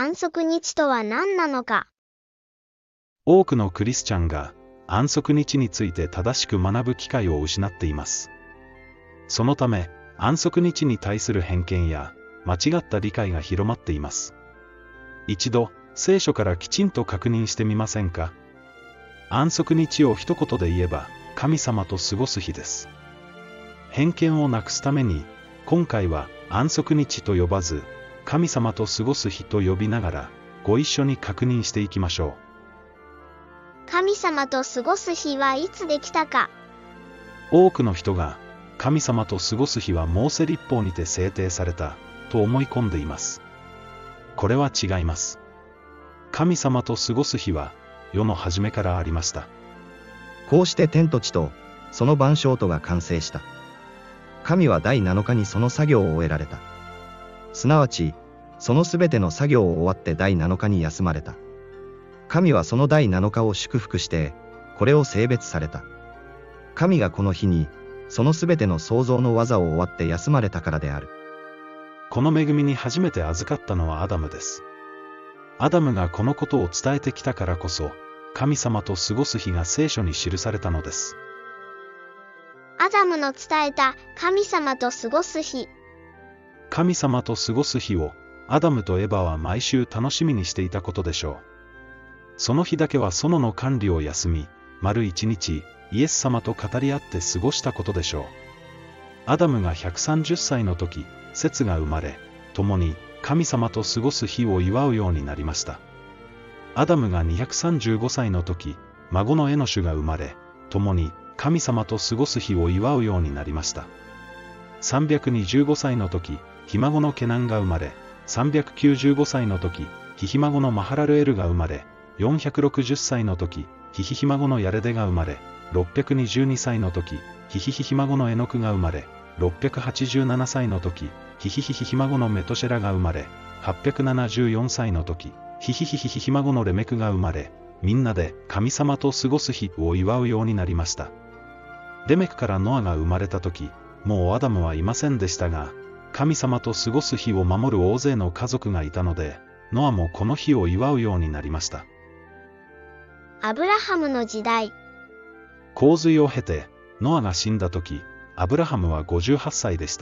安息日とは何なのか。 多くのクリスチャンが安息日について正しく学ぶ機会を失っています。そのため、安息日に対する偏見や間違った理解が広まっています。一度、聖書からきちんと確認してみませんか？安息日を一言で言えば、神様と過ごす日です。偏見をなくすために、今回は安息日と呼ばず、神様と過ごす日と呼びながら、ご一緒に確認していきましょう。 神様と過ごす日はいつできたか。 多くの人が、神様と過ごす日はモーセ律法にて制定された、と思い込んでいます。これは違います。神様と過ごす日は、世の初めからありました。 こうして天と地と、その万象とが完成した。神は第7日にその作業を終えられた。すなわち、そのすべての作業を終わって第7日に休まれた。神はその第7日を祝福して、これを聖別された。神がこの日に、そのすべての創造の技を終わって休まれたからである。 この恵みに初めて預かったのはアダムです。アダムがこのことを伝えてきたからこそ、神様と過ごす日が聖書に記されたのです。 アダムの伝えた神様と過ごす日。 神様と過ごす日を、アダムとエバは毎週楽しみにしていたことでしょう。その日だけは園の管理を休み、丸一日、イエス様と語り合って過ごしたことでしょう。アダムが130歳の時、セツが生まれ、共に神様と過ごす日を祝うようになりました。アダムが235歳の時、孫のエノシュが生まれ、共に神様と過ごす日を祝うようになりました。325歳の時、ひ孫のケナンが生まれ、395歳の時、ヒヒ孫のマハラルエルが生まれ、460歳の時、ヒヒひ孫のヤレデが生まれ、622歳の時、ヒヒひ孫のエノクが生まれ、687歳の時、ヒヒひ孫のメトシェラが生まれ、874歳の時、ヒヒひ孫のレメクが生まれ、みんなで神様と過ごす日を祝うようになりました。レメクからノアが生まれた時、もうアダムはいませんでしたが、神様と過ごす日を守る大勢の家族がいたので、ノアもこの日を祝うようになりました。 アブラハムの時代。 洪水を経て、ノアが死んだ時、アブラハムは58歳でした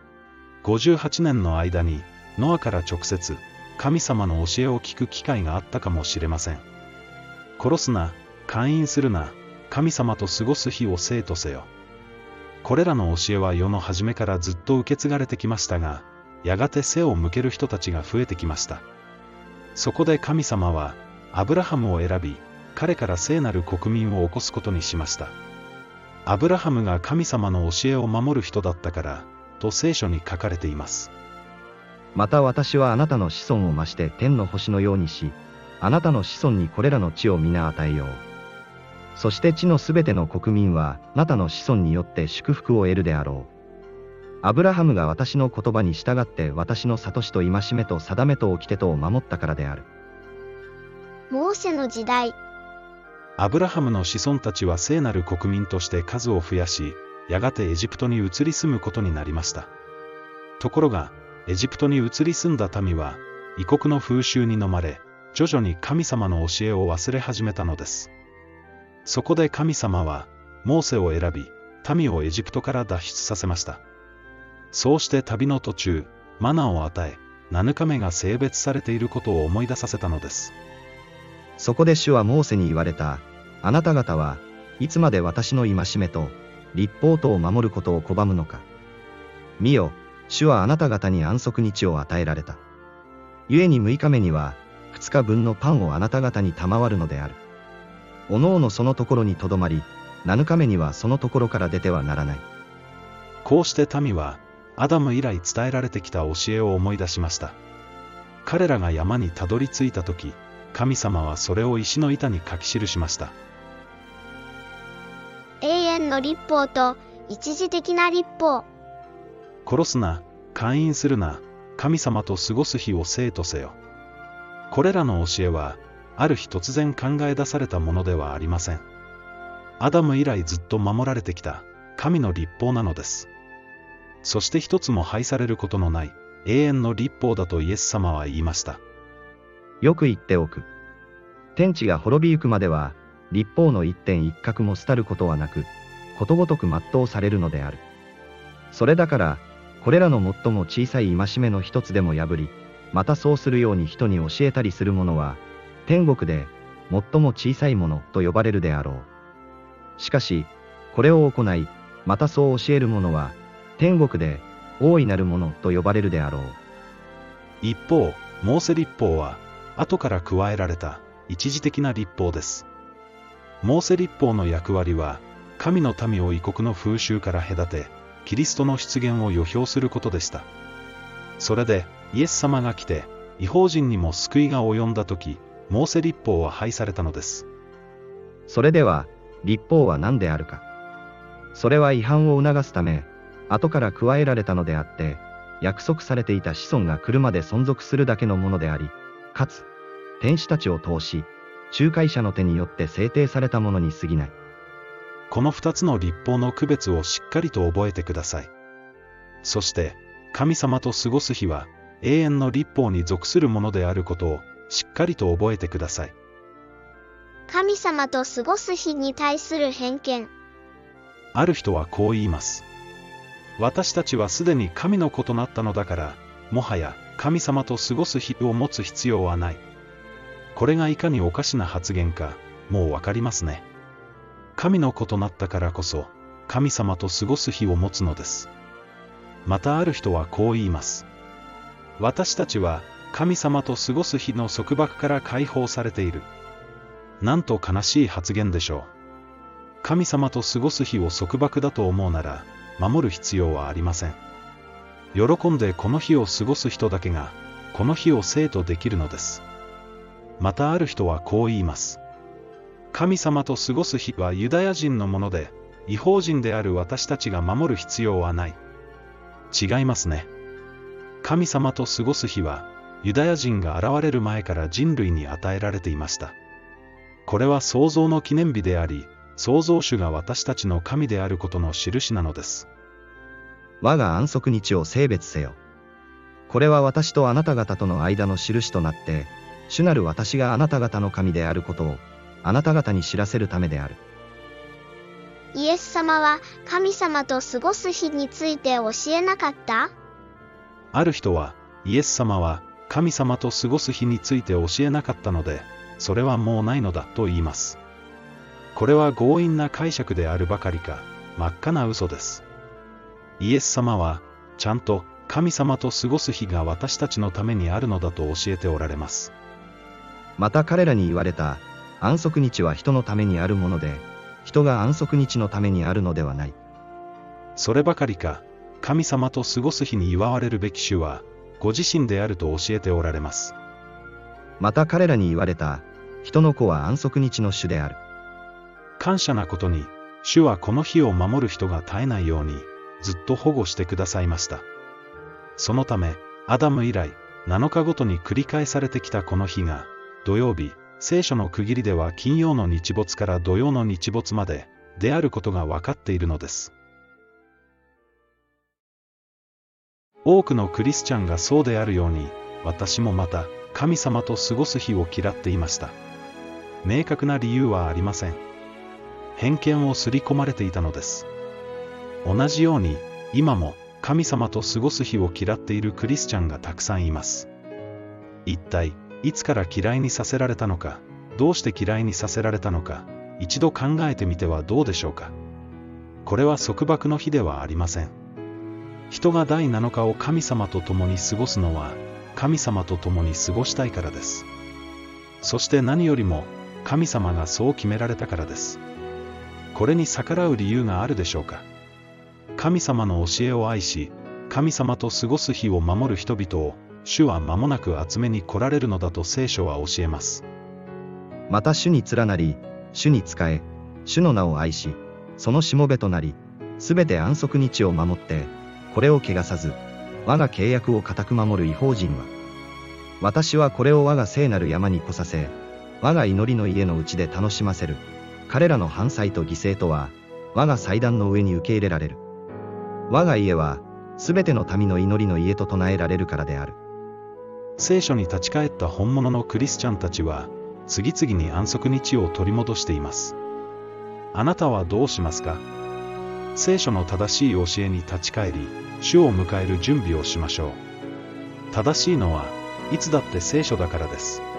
。58年の間に、ノアから直接、神様の教えを聞く機会があったかもしれません。殺すな、姦淫するな、神様と過ごす日を聖とせよ。これらの教えは世の初めからずっと受け継がれてきましたが、やがて背を向ける人たちが増えてきました。そこで神様は、アブラハムを選び、彼から聖なる国民を起こすことにしました。アブラハムが神様の教えを守る人だったから、と聖書に書かれています。 また私はあなたの子孫を増して天の星のようにし、あなたの子孫にこれらの地を皆与えよう。そして地のすべての国民はあなたの子孫によって祝福を得るであろう。アブラハムが私の言葉に従って私の諭しと戒めと定めと掟とを守ったからである。 モーセの時代。 アブラハムの子孫たちは聖なる国民として数を増やし、やがてエジプトに移り住むことになりました。ところが、エジプトに移り住んだ民は、異国の風習に飲まれ、徐々に神様の教えを忘れ始めたのです。そこで神様は、モーセを選び、民をエジプトから脱出させました。そうして旅の途中、マナを与え、7日目が聖別されていることを思い出させたのです。 そこで主はモーセに言われた。あなた方はいつまで私の戒めと律法とを守ることを拒むのか。見よ、主はあなた方に安息日を与えられた。故に6日目には2日分のパンをあなた方に賜るのである。おのおのそのところにとどまり、7日目にはそのところから出てはならない。 こうして民は、アダム以来伝えられてきた教えを思い出しました。彼らが山にたどり着いたとき、神様はそれを石の板に書き記しました。 永遠の律法と一時的な律法。 殺すな、姦淫するな、神様と過ごす日を聖とせよ。これらの教えは、ある日突然考え出されたものではありません。アダム以来ずっと守られてきた神の律法なのです。そして一つも廃されることのない永遠の律法だとイエス様は言いました。 よく言っておく。天地が滅びゆくまでは、律法の一点一画も廃ることはなく、ことごとく全うされるのである。それだから、これらの最も小さい戒めの一つでも破り、またそうするように人に教えたりする者は、天国で最も小さいものと呼ばれるであろう。しかし、これを行い、またそう教える者は、天国で大いなるものと呼ばれるであろう。 一方、モーセ律法は、後から加えられた一時的な律法です。モーセ律法の役割は、神の民を異国の風習から隔て、キリストの出現を予表することでした。それで、イエス様が来て、異邦人にも救いが及んだとき、モーセ律法は廃されたのです。 それでは、律法は何であるか。それは違反を促すため、後から加えられたのであって、約束されていた子孫が来るまで存続するだけのものであり、かつ、天使たちを通し、仲介者の手によって制定されたものに過ぎない。 この二つの律法の区別をしっかりと覚えてください。そして、神様と過ごす日は、永遠の律法に属するものであることを、しっかりと覚えてください。 神様と過ごす日に対する偏見。 ある人はこう言います。私たちはすでに神の子となったのだから、もはや神様と過ごす日を持つ必要はない。これがいかにおかしな発言か、もうわかりますね。神の子となったからこそ、神様と過ごす日を持つのです。またある人はこう言います。私たちは神様と過ごす日の束縛から解放されている。なんと悲しい発言でしょう。神様と過ごす日を束縛だと思うなら、守る必要はありません。喜んでこの日を過ごす人だけが、この日を生とできるのです。またある人はこう言います。神様と過ごす日はユダヤ人のもので、異邦人である私たちが守る必要はない。違いますね。神様と過ごす日は、ユダヤ人が現れる前から人類に与えられていました。これは創造の記念日であり、創造主が私たちの神であることの印なのです。 我が安息日を聖別せよ。これは私とあなた方との間の印となって、主なる私があなた方の神であることを、あなた方に知らせるためである。 イエス様は神様と過ごす日について教えなかった？ ある人は、イエス様は神様と過ごす日について教えなかったので、それはもうないのだと言います。これは強引な解釈であるばかりか、真っ赤な嘘です。イエス様は、ちゃんと神様と過ごす日が私たちのためにあるのだと教えておられます。 また彼らに言われた、安息日は人のためにあるもので、人が安息日のためにあるのではない。 そればかりか、神様と過ごす日に祝われるべき主は、ご自身であると教えておられます。 また彼らに言われた、人の子は安息日の主である。 感謝なことに、主はこの日を守る人が絶えないように、ずっと保護してくださいました。そのため、アダム以来、7日ごとに繰り返されてきたこの日が、土曜日、聖書の区切りでは金曜の日没から土曜の日没まで、であることが分かっているのです。多くのクリスチャンがそうであるように、私もまた、神様と過ごす日を嫌っていました。明確な理由はありません。偏見を刷り込まれていたのです。同じように、今も神様と過ごす日を嫌っているクリスチャンがたくさんいます。一体、いつから嫌いにさせられたのか、どうして嫌いにさせられたのか、一度考えてみてはどうでしょうか。これは束縛の日ではありません。人が第7日を神様と共に過ごすのは、神様と共に過ごしたいからです。そして何よりも、神様がそう決められたからです。これに逆らう理由があるでしょうか。神様の教えを愛し、神様と過ごす日を守る人々を、主は間もなく集めに来られるのだと聖書は教えます。 また主に連なり、主に仕え、主の名を愛し、そのしもべとなり、すべて安息日を守って、これを汚さず、我が契約を固く守る異邦人は、私はこれを我が聖なる山に来させ、我が祈りの家のうちで楽しませる。彼らの犯罪と犠牲とは、我が祭壇の上に受け入れられる。我が家は、すべての民の祈りの家と唱えられるからである。 聖書に立ち返った本物のクリスチャンたちは、次々に安息日を取り戻しています。あなたはどうしますか？聖書の正しい教えに立ち返り、主を迎える準備をしましょう。正しいのはいつだって聖書だからです。